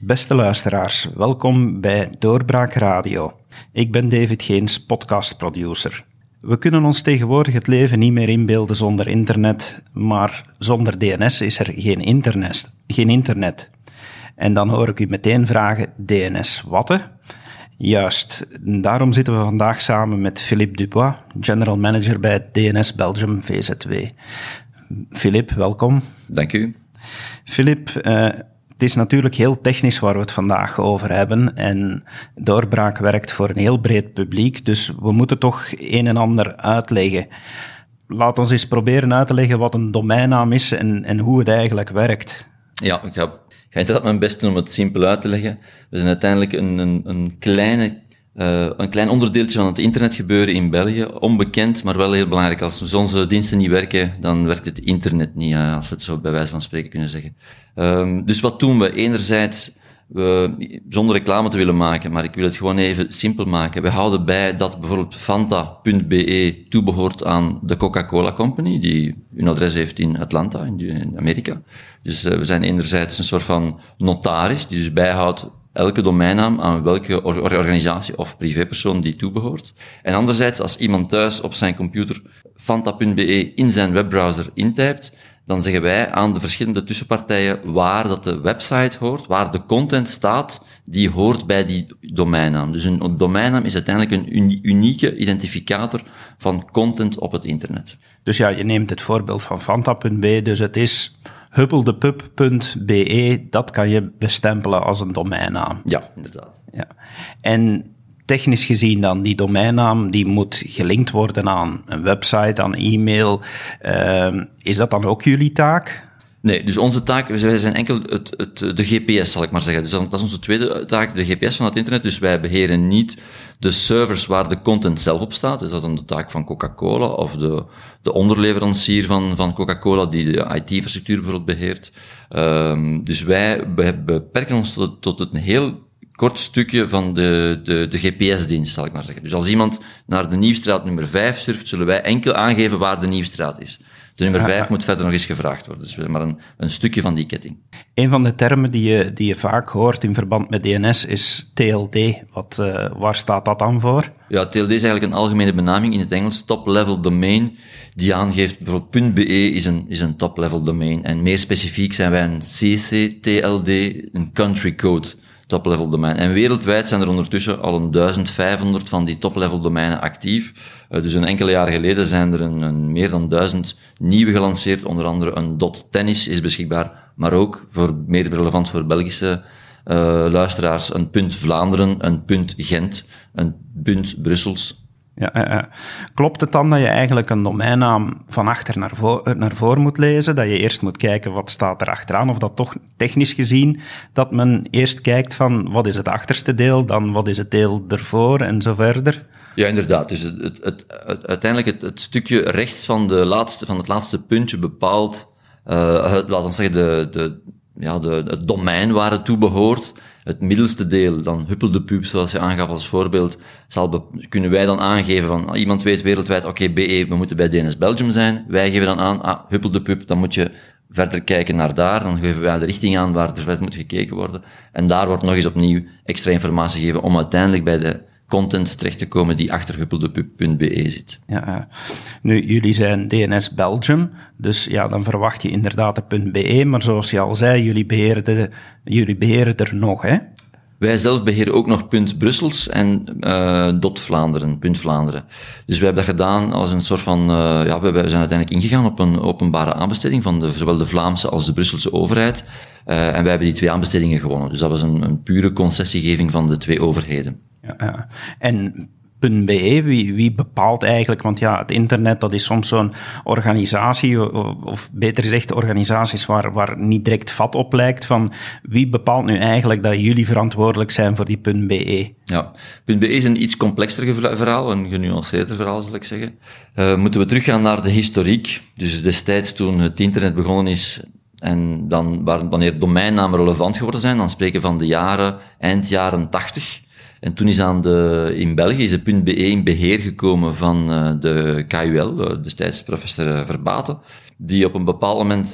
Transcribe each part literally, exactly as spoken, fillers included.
Beste luisteraars, welkom bij Doorbraak Radio. Ik ben David Geens, podcastproducer. We kunnen ons tegenwoordig het leven niet meer inbeelden zonder internet, maar zonder D N S is er geen internet. Geen internet. En dan hoor ik u meteen vragen, D N S wat hè? Juist, daarom zitten we vandaag samen met Philippe Dubois, General Manager bij D N S Belgium V Z W. Philippe, welkom. Dank u. Philippe, uh, het is natuurlijk heel technisch waar we het vandaag over hebben en Doorbraak werkt voor een heel breed publiek, dus we moeten toch een en ander uitleggen. Laat ons eens proberen uit te leggen wat een domeinnaam is en, en hoe het eigenlijk werkt. Ja, ik ga, ik ga inderdaad mijn best doen om het simpel uit te leggen. We zijn uiteindelijk een, een, een, kleine, uh, een klein onderdeeltje van het internetgebeuren in België, onbekend, maar wel heel belangrijk. Als onze diensten niet werken, dan werkt het internet niet, uh, als we het zo bij wijze van spreken kunnen zeggen. Um, dus wat doen we? Enerzijds, we, zonder reclame te willen maken, maar ik wil het gewoon even simpel maken. We houden bij dat bijvoorbeeld Fanta punt B E toebehoort aan de Coca-Cola Company, die hun adres heeft in Atlanta, in Amerika. Dus uh, we zijn enerzijds een soort van notaris, die dus bijhoudt elke domeinnaam aan welke organisatie of privépersoon die toebehoort. En anderzijds, als iemand thuis op zijn computer Fanta punt B E in zijn webbrowser intypt, dan zeggen wij aan de verschillende tussenpartijen waar dat de website hoort, waar de content staat, die hoort bij die domeinnaam. Dus een domeinnaam is uiteindelijk een unieke identificator van content op het internet. Dus ja, je neemt het voorbeeld van Fanta punt B E, dus het is huppeldepup punt B E, dat kan je bestempelen als een domeinnaam. Ja, inderdaad. Ja. En technisch gezien dan, die domeinnaam, die moet gelinkt worden aan een website, aan e-mail. Uh, is dat dan ook jullie taak? Nee, dus onze taak, wij zijn enkel het, het, de G P S, zal ik maar zeggen. Dus dat is onze tweede taak, de G P S van het internet. Dus wij beheren niet de servers waar de content zelf op staat. Dat is dan de taak van Coca-Cola of de, de onderleverancier van, van Coca-Cola die de I T-infrastructuur bijvoorbeeld beheert. Um, dus wij beperken ons tot, tot een heel kort stukje van de, de, de G P S-dienst, zal ik maar zeggen. Dus als iemand naar de Nieuwstraat nummer vijf surft, zullen wij enkel aangeven waar de Nieuwstraat is. De nummer vijf ja. moet verder nog eens gevraagd worden. Dus we hebben maar een, een stukje van die ketting. Een van de termen die je, die je vaak hoort in verband met D N S is T L D. Wat, uh, waar staat dat dan voor? Ja, T L D is eigenlijk een algemene benaming in het Engels, top-level domain, die aangeeft, bijvoorbeeld .be is een, is een top-level domain. En meer specifiek zijn wij een C C T L D, een country code top-level domein. En wereldwijd zijn er ondertussen al een duizend vijfhonderd van die top-level domeinen actief. Uh, dus een enkele jaren geleden zijn er een, een meer dan duizend nieuwe gelanceerd. Onder andere een .tennis is beschikbaar, maar ook, voor meer relevant voor Belgische uh, luisteraars, een punt Vlaanderen, een punt Gent, een punt Brussels. Ja, uh, klopt het dan dat je eigenlijk een domeinnaam van achter naar, vo- naar voor moet lezen? Dat je eerst moet kijken wat staat er achteraan? Of dat toch technisch gezien dat men eerst kijkt van wat is het achterste deel, dan wat is het deel ervoor en zo verder? Ja, inderdaad. Dus het, het, het, het, uiteindelijk het, het stukje rechts van, de laatste, van het laatste puntje bepaalt, uh, laten we zeggen, de, de, ja, de, het domein waar het toe behoort. Het middelste deel, dan huppeldepup, zoals je aangaf als voorbeeld, zal be- kunnen wij dan aangeven van, ah, iemand weet wereldwijd, oké, okay, B E, we moeten bij D N S Belgium zijn. Wij geven dan aan, ah, huppeldepup, dan moet je verder kijken naar daar. Dan geven wij de richting aan waar er verder moet gekeken worden. En daar wordt nog eens opnieuw extra informatie gegeven om uiteindelijk bij de content terecht te komen die achter huppeldepup punt B E zit. Ja, nu, jullie zijn D N S Belgium, dus ja, dan verwacht je inderdaad de .be, maar zoals je al zei, jullie beheren, de, jullie beheren er nog, hè? Wij zelf beheren ook nog punt Brussels en uh, dot Vlaanderen, punt Vlaanderen. Dus wij hebben dat gedaan als een soort van, uh, ja, we zijn uiteindelijk ingegaan op een openbare aanbesteding van de, zowel de Vlaamse als de Brusselse overheid. Uh, en wij hebben die twee aanbestedingen gewonnen. Dus dat was een, een pure concessiegeving van de twee overheden. Ja, ja. En .be, wie, wie bepaalt eigenlijk, want ja, het internet, dat is soms zo'n organisatie, of, of beter gezegd organisaties waar, waar niet direct vat op lijkt, van wie bepaalt nu eigenlijk dat jullie verantwoordelijk zijn voor die .be? Ja, .be is een iets complexer verhaal, een genuanceerder verhaal, zal ik zeggen. Uh, moeten we teruggaan naar de historiek, dus destijds toen het internet begonnen is, en dan, wanneer domeinnamen relevant geworden zijn, dan spreken we van de jaren, eind jaren tachtig. En toen is aan de, in België is de .be in beheer gekomen van uh, de K U L, uh, destijds professor Verbaten, die op een bepaald moment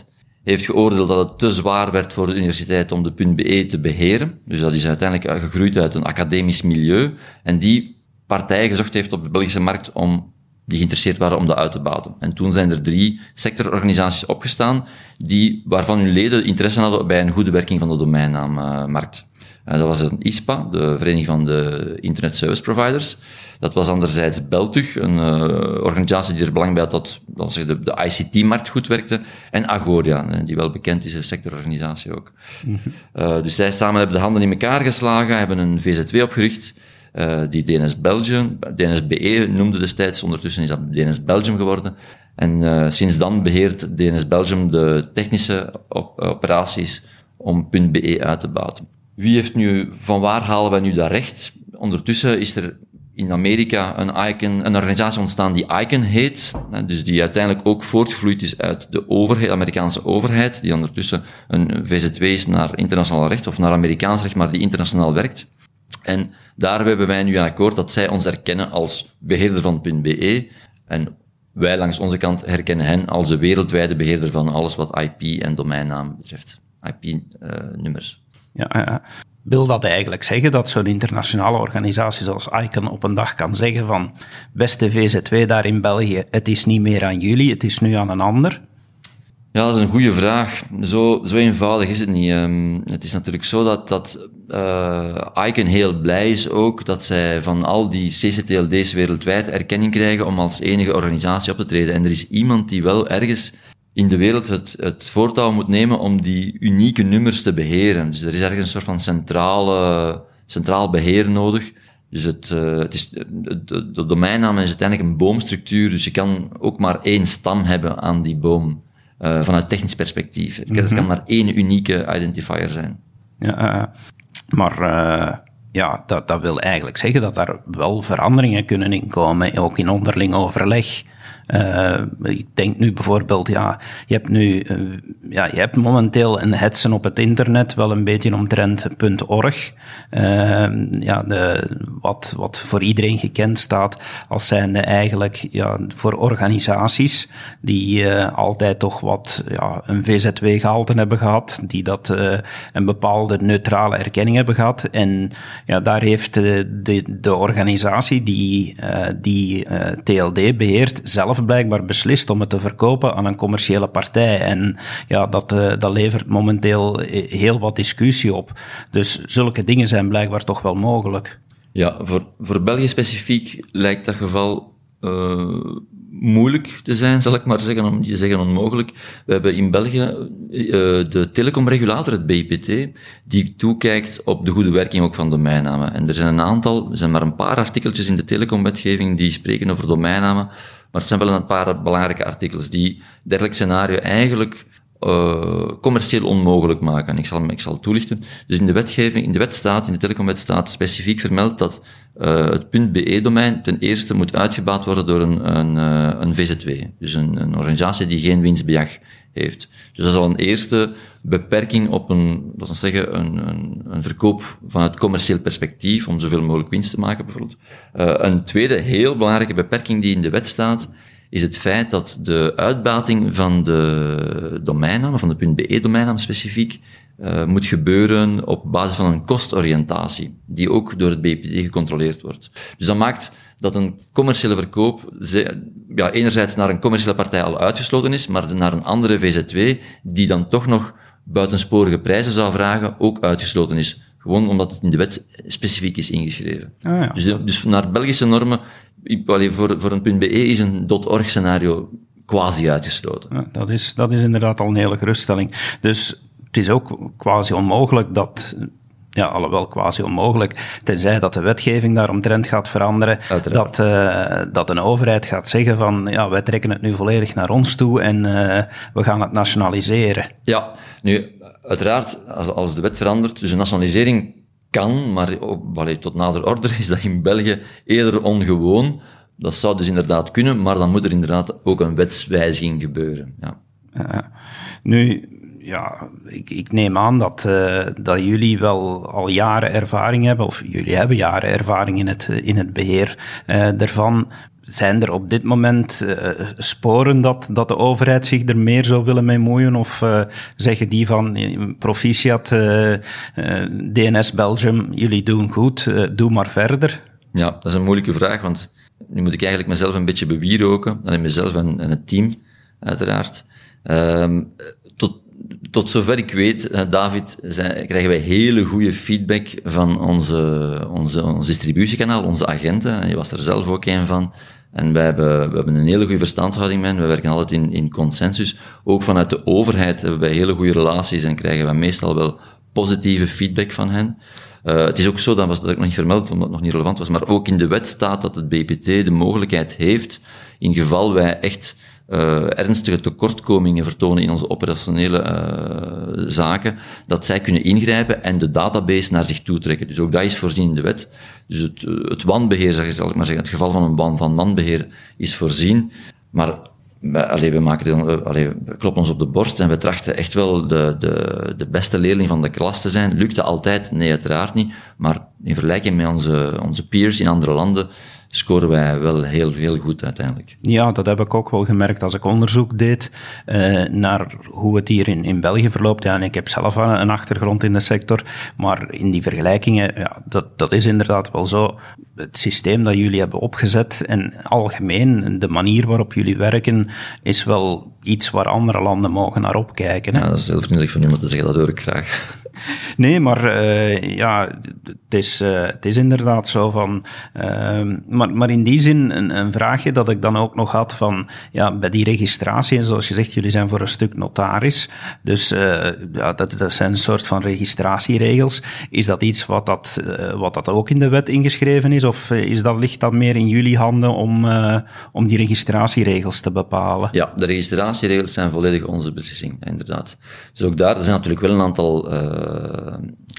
heeft geoordeeld dat het te zwaar werd voor de universiteit om de .be te beheren. Dus dat is uiteindelijk gegroeid uit een academisch milieu. En die partij gezocht heeft op de Belgische markt om, die geïnteresseerd waren om dat uit te bouwen. En toen zijn er drie sectororganisaties opgestaan, die, waarvan hun leden interesse hadden bij een goede werking van de domeinnaammarkt. Uh, dat was een I S P A, de Vereniging van de Internet Service Providers. Dat was anderzijds Beltug, een uh, organisatie die er belang bij had dat, dat de, de I C T-markt goed werkte. En Agoria, die wel bekend is, een sectororganisatie ook. Mm-hmm. Uh, dus zij samen hebben de handen in elkaar geslagen, hebben een V Z W opgericht, uh, die D N S Belgium, D N S B E noemde destijds, ondertussen is dat D N S Belgium geworden. En uh, sinds dan beheert D N S Belgium de technische op, operaties om .be uit te bouwen. Wie heeft nu, van waar halen wij nu dat recht? Ondertussen is er in Amerika een icon, een organisatie ontstaan die ICANN heet, dus die uiteindelijk ook voortgevloeid is uit de overheid, de Amerikaanse overheid, die ondertussen een V Z W is naar internationaal recht, of naar Amerikaans recht, maar die internationaal werkt. En daar hebben wij nu een akkoord dat zij ons erkennen als beheerder van .be, en wij langs onze kant herkennen hen als de wereldwijde beheerder van alles wat I P en domeinnaam betreft. I P-nummers. Ja, ja. Wil dat eigenlijk zeggen dat zo'n internationale organisatie zoals ICANN op een dag kan zeggen van beste V Z W daar in België, het is niet meer aan jullie, het is nu aan een ander? Ja, dat is een goede vraag. Zo, zo eenvoudig is het niet. Um, het is natuurlijk zo dat, dat uh, ICANN heel blij is ook dat zij van al die C C T L D's wereldwijd erkenning krijgen om als enige organisatie op te treden. En er is iemand die wel ergens in de wereld het, het voortouw moet nemen om die unieke nummers te beheren. Dus er is ergens een soort van centrale, centraal beheer nodig. Dus het, uh, het is, de, de, de domeinnaam is uiteindelijk een boomstructuur, dus je kan ook maar één stam hebben aan die boom, uh, vanuit technisch perspectief. Er mm-hmm. kan maar één unieke identifier zijn. Ja, uh, maar uh, ja, dat, dat wil eigenlijk zeggen dat daar wel veranderingen kunnen inkomen, ook in onderling overleg. Uh, ik denk nu bijvoorbeeld, ja, je hebt nu, uh, ja, je hebt momenteel een hetsen op het internet, wel een beetje omtrent .org, uh, ja, de, wat, wat voor iedereen gekend staat als zijnde eigenlijk, ja, voor organisaties die uh, altijd toch wat, ja, een V Z W-gehalte hebben gehad, die dat uh, een bepaalde neutrale erkenning hebben gehad. En ja, daar heeft uh, de, de organisatie die, uh, die uh, T L D beheert zelf blijkbaar beslist om het te verkopen aan een commerciële partij. En ja, dat, uh, dat levert momenteel heel wat discussie op. Dus zulke dingen zijn blijkbaar toch wel mogelijk. Ja, voor, voor België specifiek lijkt dat geval uh, moeilijk te zijn, zal ik maar zeggen, om niet te zeggen onmogelijk. We hebben in België uh, de telecomregulator, het B I P T, die toekijkt op de goede werking ook van domeinnamen. En er zijn een aantal, er zijn maar een paar artikeltjes in de telecomwetgeving die spreken over domeinnamen. Maar het zijn wel een paar belangrijke artikels die dergelijk scenario eigenlijk uh, commercieel onmogelijk maken. Ik zal, ik zal het toelichten. Dus in de wetgeving, in de wet staat, in de telecomwet staat specifiek vermeld dat uh, het .be-domein ten eerste moet uitgebouwd worden door een, een, uh, een V Z W. Dus een, een organisatie die geen winstbejag heeft. Dus dat is al een eerste beperking op een, laten we zeggen, een, een, een verkoop vanuit commercieel perspectief, om zoveel mogelijk winst te maken, bijvoorbeeld. Uh, een tweede heel belangrijke beperking die in de wet staat, is het feit dat de uitbating van de domeinnaam, van de .be-domeinnaam specifiek, uh, moet gebeuren op basis van een kostoriëntatie, die ook door het B I P T gecontroleerd wordt. Dus dat maakt dat een commerciële verkoop, ja, enerzijds naar een commerciële partij al uitgesloten is, maar naar een andere V Z W, die dan toch nog buitensporige prijzen zou vragen, ook uitgesloten is. Gewoon omdat het in de wet specifiek is ingeschreven. Ah, ja. dus, de, dus naar Belgische normen, voor, voor een .be is een .org scenario quasi uitgesloten. Ja, dat is, dat is inderdaad al een hele geruststelling. Dus het is ook quasi onmogelijk dat, ja, alhoewel quasi onmogelijk, tenzij dat de wetgeving daaromtrent gaat veranderen, dat, uh, dat een overheid gaat zeggen van, ja, wij trekken het nu volledig naar ons toe en uh, we gaan het nationaliseren. Ja, nu, uiteraard, als, als de wet verandert, dus een nationalisering kan, maar ook, allee, tot nader order is dat in België eerder ongewoon. Dat zou dus inderdaad kunnen, maar dan moet er inderdaad ook een wetswijziging gebeuren. Ja. Uh, nu, ja, ik, ik neem aan dat, uh, dat jullie wel al jaren ervaring hebben, of jullie hebben jaren ervaring in het, in het beheer uh, daarvan. zijn er op dit moment uh, sporen dat, dat de overheid zich er meer zou willen mee moeien? Of uh, zeggen die van uh, proficiat, uh, uh, D N S Belgium, jullie doen goed, uh, doe maar verder? Ja, dat is een moeilijke vraag, want nu moet ik eigenlijk mezelf een beetje bewieroken, en mezelf en, en het team, uiteraard. Um, tot, tot zover ik weet, David, zijn, krijgen wij hele goede feedback van onze, onze, ons distributiekanaal, onze agenten. Je was er zelf ook een van. En wij hebben, we hebben een hele goede verstandhouding met hen. We werken altijd in, in consensus. Ook vanuit de overheid hebben wij hele goede relaties en krijgen wij meestal wel positieve feedback van hen. Uh, het is ook zo, dat was dat ik nog niet vermeld, omdat het nog niet relevant was, maar ook in de wet staat dat het B P T de mogelijkheid heeft, in geval wij echt uh, ernstige tekortkomingen vertonen in onze operationele uh, zaken, dat zij kunnen ingrijpen en de database naar zich toe trekken. Dus ook dat is voorzien in de wet. Dus het, het wanbeheer, zal ik maar zeggen, het geval van een wan van wanbeheer is voorzien, maar Allee, we, maken, allee, we kloppen ons op de borst en we trachten echt wel de, de, de beste leerling van de klas te zijn. Lukt dat altijd? Nee, uiteraard niet. Maar in vergelijking met onze, onze peers in andere landen scoren wij wel heel, heel goed uiteindelijk. Ja, dat heb ik ook wel gemerkt als ik onderzoek deed uh, naar hoe het hier in, in België verloopt. Ja, en ik heb zelf een achtergrond in de sector, maar in die vergelijkingen, ja, dat, dat is inderdaad wel zo. Het systeem dat jullie hebben opgezet en algemeen de manier waarop jullie werken is wel iets waar andere landen mogen naar opkijken. Hè? Ja, dat is heel vriendelijk van u om te zeggen, dat hoor ik graag. Nee, maar uh, ja, het is, uh, het is inderdaad zo van... Uh, maar, maar in die zin een, een vraagje dat ik dan ook nog had van... Ja, bij die registratie, en zoals je zegt, jullie zijn voor een stuk notaris. Dus uh, ja, dat, dat zijn een soort van registratieregels. Is dat iets wat dat, uh, wat dat ook in de wet ingeschreven is? Of is dat, ligt dat meer in jullie handen om, uh, om die registratieregels te bepalen? Ja, de registratieregels zijn volledig onze beslissing, inderdaad. Dus ook daar er zijn natuurlijk wel een aantal... Uh, Uh,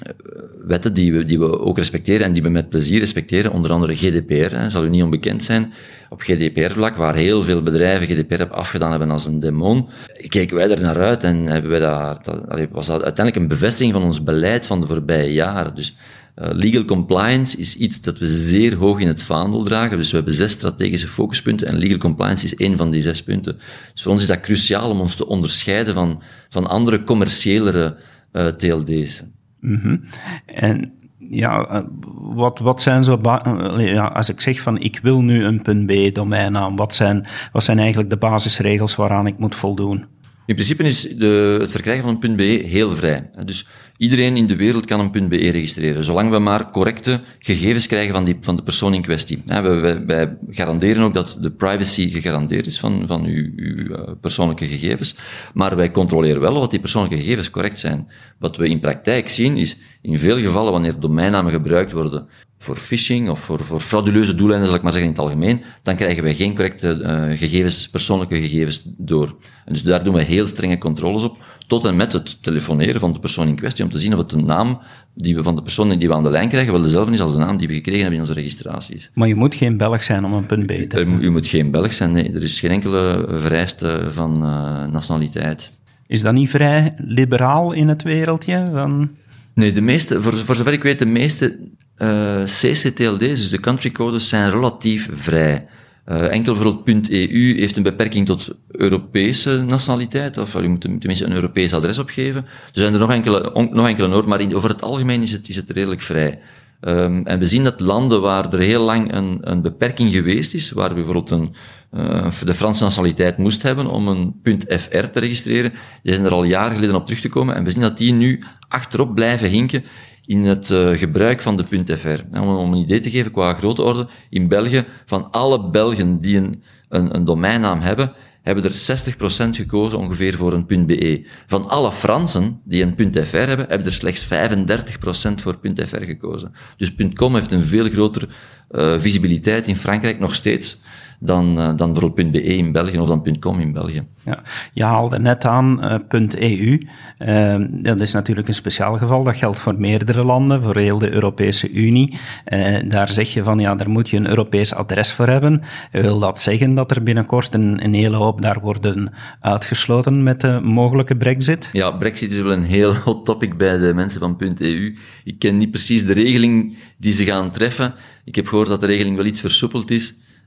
wetten die we, die we ook respecteren en die we met plezier respecteren, onder andere G D P R, hè, zal u niet onbekend zijn. Op G D P R-vlak, waar heel veel bedrijven G D P R afgedaan hebben als een demon, keken wij er naar uit en hebben wij daar, dat, allee, was dat uiteindelijk een bevestiging van ons beleid van de voorbije jaren. Dus uh, legal compliance is iets dat we zeer hoog in het vaandel dragen. Dus we hebben zes strategische focuspunten en legal compliance is één van die zes punten. Dus voor ons is dat cruciaal om ons te onderscheiden van, van andere commerciëlere Uh, T L D's. Mm-hmm. En ja, wat, wat zijn zo... Ba- ja, als ik zeg van ik wil nu een .be domeinnaam, wat zijn, wat zijn eigenlijk de basisregels waaraan ik moet voldoen? In principe is de, het verkrijgen van een .be heel vrij. Dus iedereen in de wereld kan een .be registreren, zolang we maar correcte gegevens krijgen van, die, van de persoon in kwestie. Wij, wij, wij garanderen ook dat de privacy gegarandeerd is van, van uw, uw persoonlijke gegevens, maar wij controleren wel of die persoonlijke gegevens correct zijn. Wat we in praktijk zien is, in veel gevallen wanneer domeinnamen gebruikt worden voor phishing of voor, voor frauduleuze doeleinden, zal ik maar zeggen in het algemeen, dan krijgen wij geen correcte uh, gegevens, persoonlijke gegevens door. En dus daar doen we heel strenge controles op, tot en met het telefoneren van de persoon in kwestie, om te zien of het de naam die we van de persoon die we aan de lijn krijgen wel dezelfde is als de naam die we gekregen hebben in onze registraties. Maar je moet geen Belg zijn om een .be te hebben. U moet geen Belg zijn, nee. Er is geen enkele vereiste van uh, nationaliteit. Is dat niet vrij liberaal in het wereldje? Van... Nee, de meeste, voor, voor zover ik weet, de meeste uh, C C T L D's, dus de country codes, zijn relatief vrij. Uh, enkel bijvoorbeeld .eu heeft een beperking tot Europese nationaliteit, of je moet tenminste een Europees adres opgeven. Er zijn er nog enkele, on, nog enkele noord, maar in, over het algemeen is het, is het redelijk vrij. Um, en we zien dat landen waar er heel lang een, een beperking geweest is, waar we bijvoorbeeld een, uh, de Franse nationaliteit moest hebben om een .F R te registreren, die zijn er al jaren geleden op terug te komen en we zien dat die nu achterop blijven hinken in het uh, gebruik van de .F R. Om, om een idee te geven qua grootte orde, in België, van alle Belgen die een, een, een domeinnaam hebben, hebben er zestig procent gekozen ongeveer voor een .be. Van alle Fransen die een .fr hebben, hebben er slechts vijfendertig procent voor .fr gekozen. Dus .com heeft een veel grotere uh, visibiliteit in Frankrijk nog steeds dan, uh, dan bijvoorbeeld .be in België of dan .com in België. Ja, je haalde net aan uh, .eu. Uh, dat is natuurlijk een speciaal geval. Dat geldt voor meerdere landen, voor heel de Europese Unie. Uh, daar zeg je van, ja, daar moet je een Europees adres voor hebben. Wil dat zeggen dat er binnenkort een, een hele hoop daar worden uitgesloten met de mogelijke brexit? Ja, brexit is wel een heel hot topic bij de mensen van .eu. Ik ken niet precies de regeling die ze gaan treffen. Ik heb gehoord dat de regeling wel iets versoepeld is.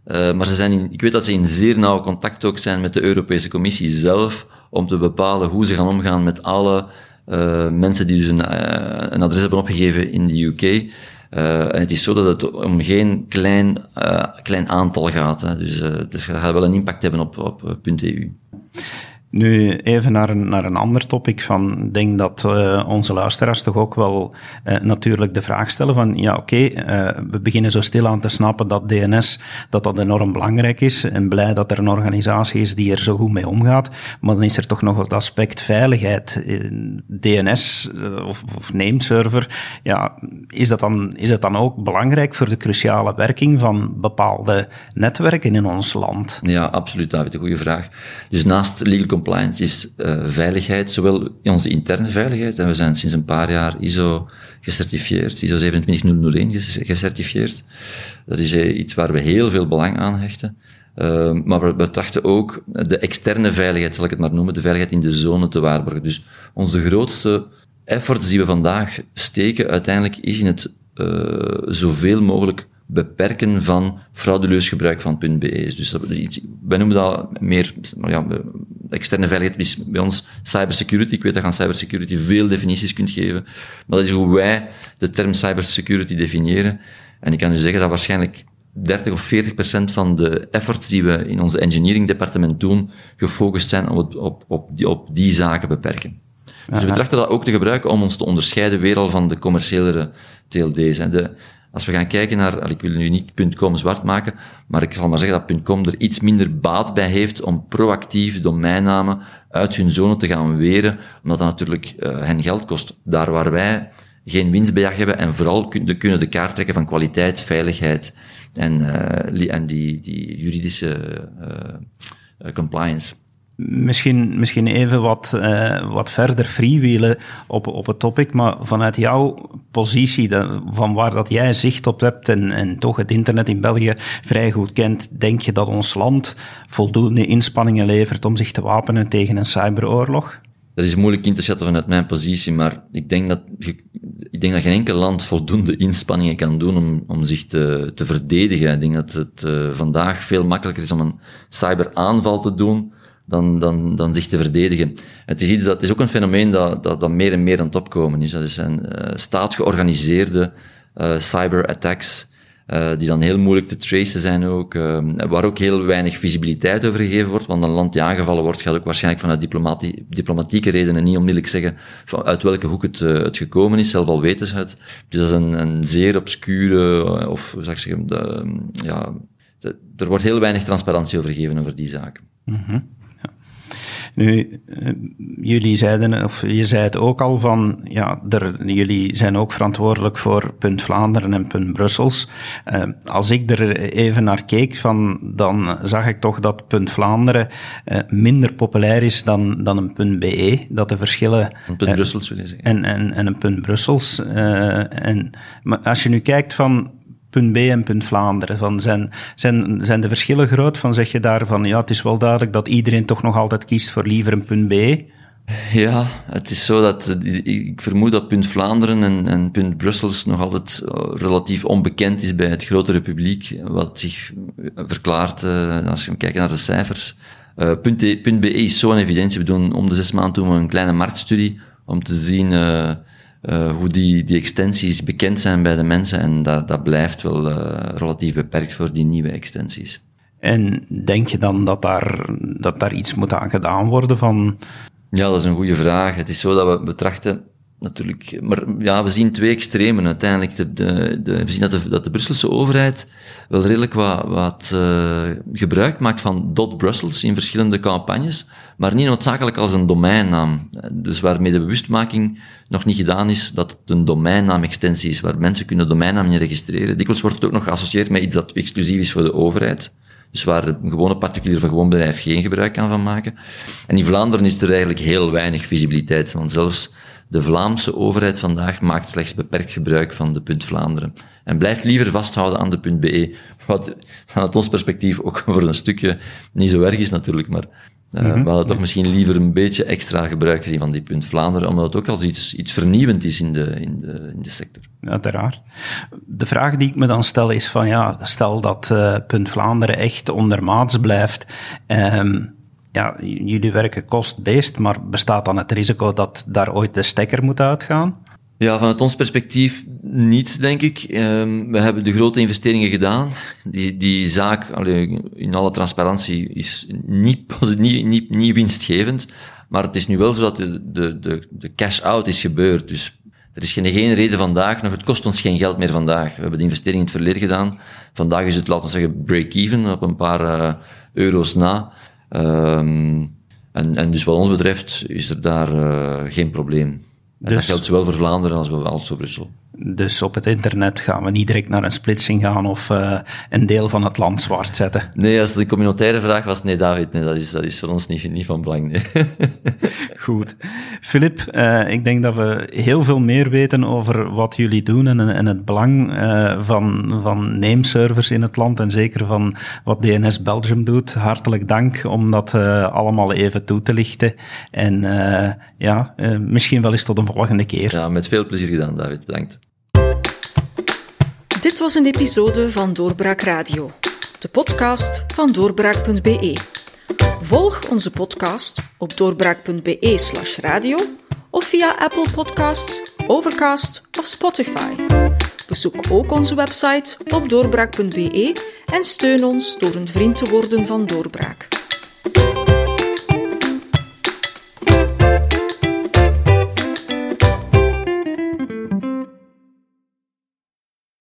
Uh, maar ze zijn in, ik weet dat ze in zeer nauw contact ook zijn met de Europese Commissie zelf, om te bepalen hoe ze gaan omgaan met alle uh, mensen die dus een, uh, een adres hebben opgegeven in de U K. Uh, en het is zo dat het om geen klein, uh, klein aantal gaat. Hè. Dus, uh, dus dat gaat wel een impact hebben op, op .e u. Nu even naar een, naar een ander topic. Van, ik denk dat uh, onze luisteraars toch ook wel uh, natuurlijk de vraag stellen van, ja oké, okay, uh, we beginnen zo stilaan te snappen dat D N S, dat dat enorm belangrijk is en blij dat er een organisatie is die er zo goed mee omgaat. Maar dan is er toch nog het aspect veiligheid. D N S uh, of, of nameserver, ja, is dat dan, is dat dan ook belangrijk voor de cruciale werking van bepaalde netwerken in ons land? Ja, absoluut, David, een goede vraag. Dus naast legal compliance is uh, veiligheid, zowel in onze interne veiligheid, en we zijn sinds een paar jaar I S O gecertificeerd, I S O zevenentwintighonderdéén gecertificeerd. Dat is uh, iets waar we heel veel belang aan hechten. Uh, maar we betrachten ook de externe veiligheid, zal ik het maar noemen, de veiligheid in de zone te waarborgen. Dus onze grootste efforts die we vandaag steken uiteindelijk is in het uh, zoveel mogelijk beperken van frauduleus gebruik van .be's. Dus dat, wij noemen dat meer, ja, externe veiligheid is bij ons cybersecurity. Ik weet dat je aan cybersecurity veel definities kunt geven, maar dat is hoe wij de term cybersecurity definiëren. En ik kan u zeggen dat waarschijnlijk dertig of veertig procent van de efforts die we in onze engineering departement doen, gefocust zijn op, op, op, die, op die zaken beperken. Dus we betrachten dat ook te gebruiken om ons te onderscheiden weer al van de commerciëlere T L D's. De, Als we gaan kijken naar, ik wil nu niet .com zwart maken, maar ik zal maar zeggen dat .com er iets minder baat bij heeft om proactief domeinnamen uit hun zone te gaan weren, omdat dat natuurlijk uh, hen geld kost. Daar waar wij geen winstbejag hebben en vooral kun, kunnen de kaart trekken van kwaliteit, veiligheid en, uh, en die, die juridische uh, uh, compliance. Misschien, misschien even wat, uh, wat verder freewheelen op, op het topic, maar vanuit jouw positie, de, van waar dat jij zicht op hebt en, en toch het internet in België vrij goed kent, denk je dat ons land voldoende inspanningen levert om zich te wapenen tegen een cyberoorlog? Dat is moeilijk in te schatten vanuit mijn positie, maar ik denk dat, ik denk dat geen enkel land voldoende inspanningen kan doen om, om zich te, te verdedigen. Ik denk dat het uh, vandaag veel makkelijker is om een cyberaanval te doen dan, dan, dan zich te verdedigen. Het is iets dat, het is ook een fenomeen dat, dat, dat meer en meer aan het opkomen is. Dat zijn uh, staatgeorganiseerde uh, cyberattacks, uh, die dan heel moeilijk te tracen zijn ook, uh, waar ook heel weinig visibiliteit over gegeven wordt, want een land die aangevallen wordt, gaat ook waarschijnlijk vanuit diplomatie, diplomatieke redenen niet onmiddellijk zeggen van uit welke hoek het, uh, het gekomen is, zelf al weten ze het. Dus dat is een, een zeer obscure, uh, of hoe zou ik zeggen, de, um, ja, de, er wordt heel weinig transparantie over gegeven over die zaken. Mm-hmm. Nu, jullie zeiden, of je zei het ook al van, ja, er, jullie zijn ook verantwoordelijk voor Punt Vlaanderen en Punt Brussels. Uh, als ik er even naar keek, van, dan zag ik toch dat Punt Vlaanderen uh, minder populair is dan, dan een Punt .be, dat de verschillen... Een Punt uh, Brussels wil je zeggen. En, en, en een Punt Brussels. Uh, en, maar als je nu kijkt van... Punt B en Punt Vlaanderen. Van zijn, zijn, zijn de verschillen groot? Van zeg je daarvan, ja, het is wel duidelijk dat iedereen toch nog altijd kiest voor liever een Punt B? Ja, het is zo dat, ik vermoed dat Punt Vlaanderen en, en Punt Brussels nog altijd relatief onbekend is bij het grotere publiek, wat zich verklaart, uh, als we kijken naar de cijfers. Uh, Punt, e, Punt B E is zo'n evidentie. We doen om de zes maanden doen we een kleine marktstudie om te zien uh, Uh, hoe die, die extensies bekend zijn bij de mensen en dat, dat blijft wel uh, relatief beperkt voor die nieuwe extensies. En denk je dan dat daar, dat daar iets moet aan gedaan worden van... Ja, dat is een goede vraag. Het is zo dat we betrachten natuurlijk... Maar ja, we zien twee extremen uiteindelijk. De, de, de, we zien dat de, dat de Brusselse overheid wel redelijk wat, wat uh, gebruik maakt van .Brussels in verschillende campagnes, maar niet noodzakelijk als een domeinnaam. Dus waarmee de bewustmaking nog niet gedaan is dat het een domeinnaam-extensie is, waar mensen kunnen domeinnamen registreren. Dikwijls wordt het ook nog geassocieerd met iets dat exclusief is voor de overheid. Dus waar een gewone particulier of een gewoon bedrijf geen gebruik kan van maken. En in Vlaanderen is er eigenlijk heel weinig visibiliteit, want zelfs De Vlaamse overheid vandaag maakt slechts beperkt gebruik van de .Vlaanderen. En blijft liever vasthouden aan de .be. Wat vanuit ons perspectief ook voor een stukje niet zo erg is natuurlijk, maar uh, mm-hmm. we hadden toch misschien liever een beetje extra gebruik gezien van die .Vlaanderen, omdat het ook als iets, iets vernieuwend is in de, in de, in de sector. Uiteraard. De vraag die ik me dan stel is van, ja, stel dat uh, .Vlaanderen echt ondermaats blijft. Um, ja, jullie werken cost-based, maar bestaat dan het risico dat daar ooit de stekker moet uitgaan? Ja, vanuit ons perspectief niet, denk ik. Um, we hebben de grote investeringen gedaan. Die, die zaak, allee, in alle transparantie, is niet, niet, niet, niet winstgevend. Maar het is nu wel zo dat de, de, de, de cash-out is gebeurd. Dus er is geen, geen reden vandaag, nog het kost ons geen geld meer vandaag. We hebben de investering in het verleden gedaan. Vandaag is het, laten we zeggen, break-even, op een paar uh, euro's na. Um, en, en dus wat ons betreft is er daar uh, geen probleem. En dus, dat geldt zowel voor Vlaanderen als, als voor Brussel. Dus op het internet gaan we niet direct naar een splitsing gaan of uh, een deel van het land zwart zetten? Nee, als het een communautaire vraag was, nee David, nee, dat is, dat is voor ons niet, niet van belang. Nee. Goed. Filip, uh, ik denk dat we heel veel meer weten over wat jullie doen en, en het belang uh, van, van nameservers in het land en zeker van wat D N S Belgium doet. Hartelijk dank om dat uh, allemaal even toe te lichten. En uh, ja, uh, misschien wel eens tot een volgende keer. Ja, met veel plezier gedaan, David. Bedankt. Dit was een episode van Doorbraak Radio, de podcast van doorbraak punt b e. Volg onze podcast op doorbraak punt b e slash radio of via Apple Podcasts, Overcast of Spotify. Bezoek ook onze website op doorbraak punt b e en steun ons door een vriend te worden van Doorbraak.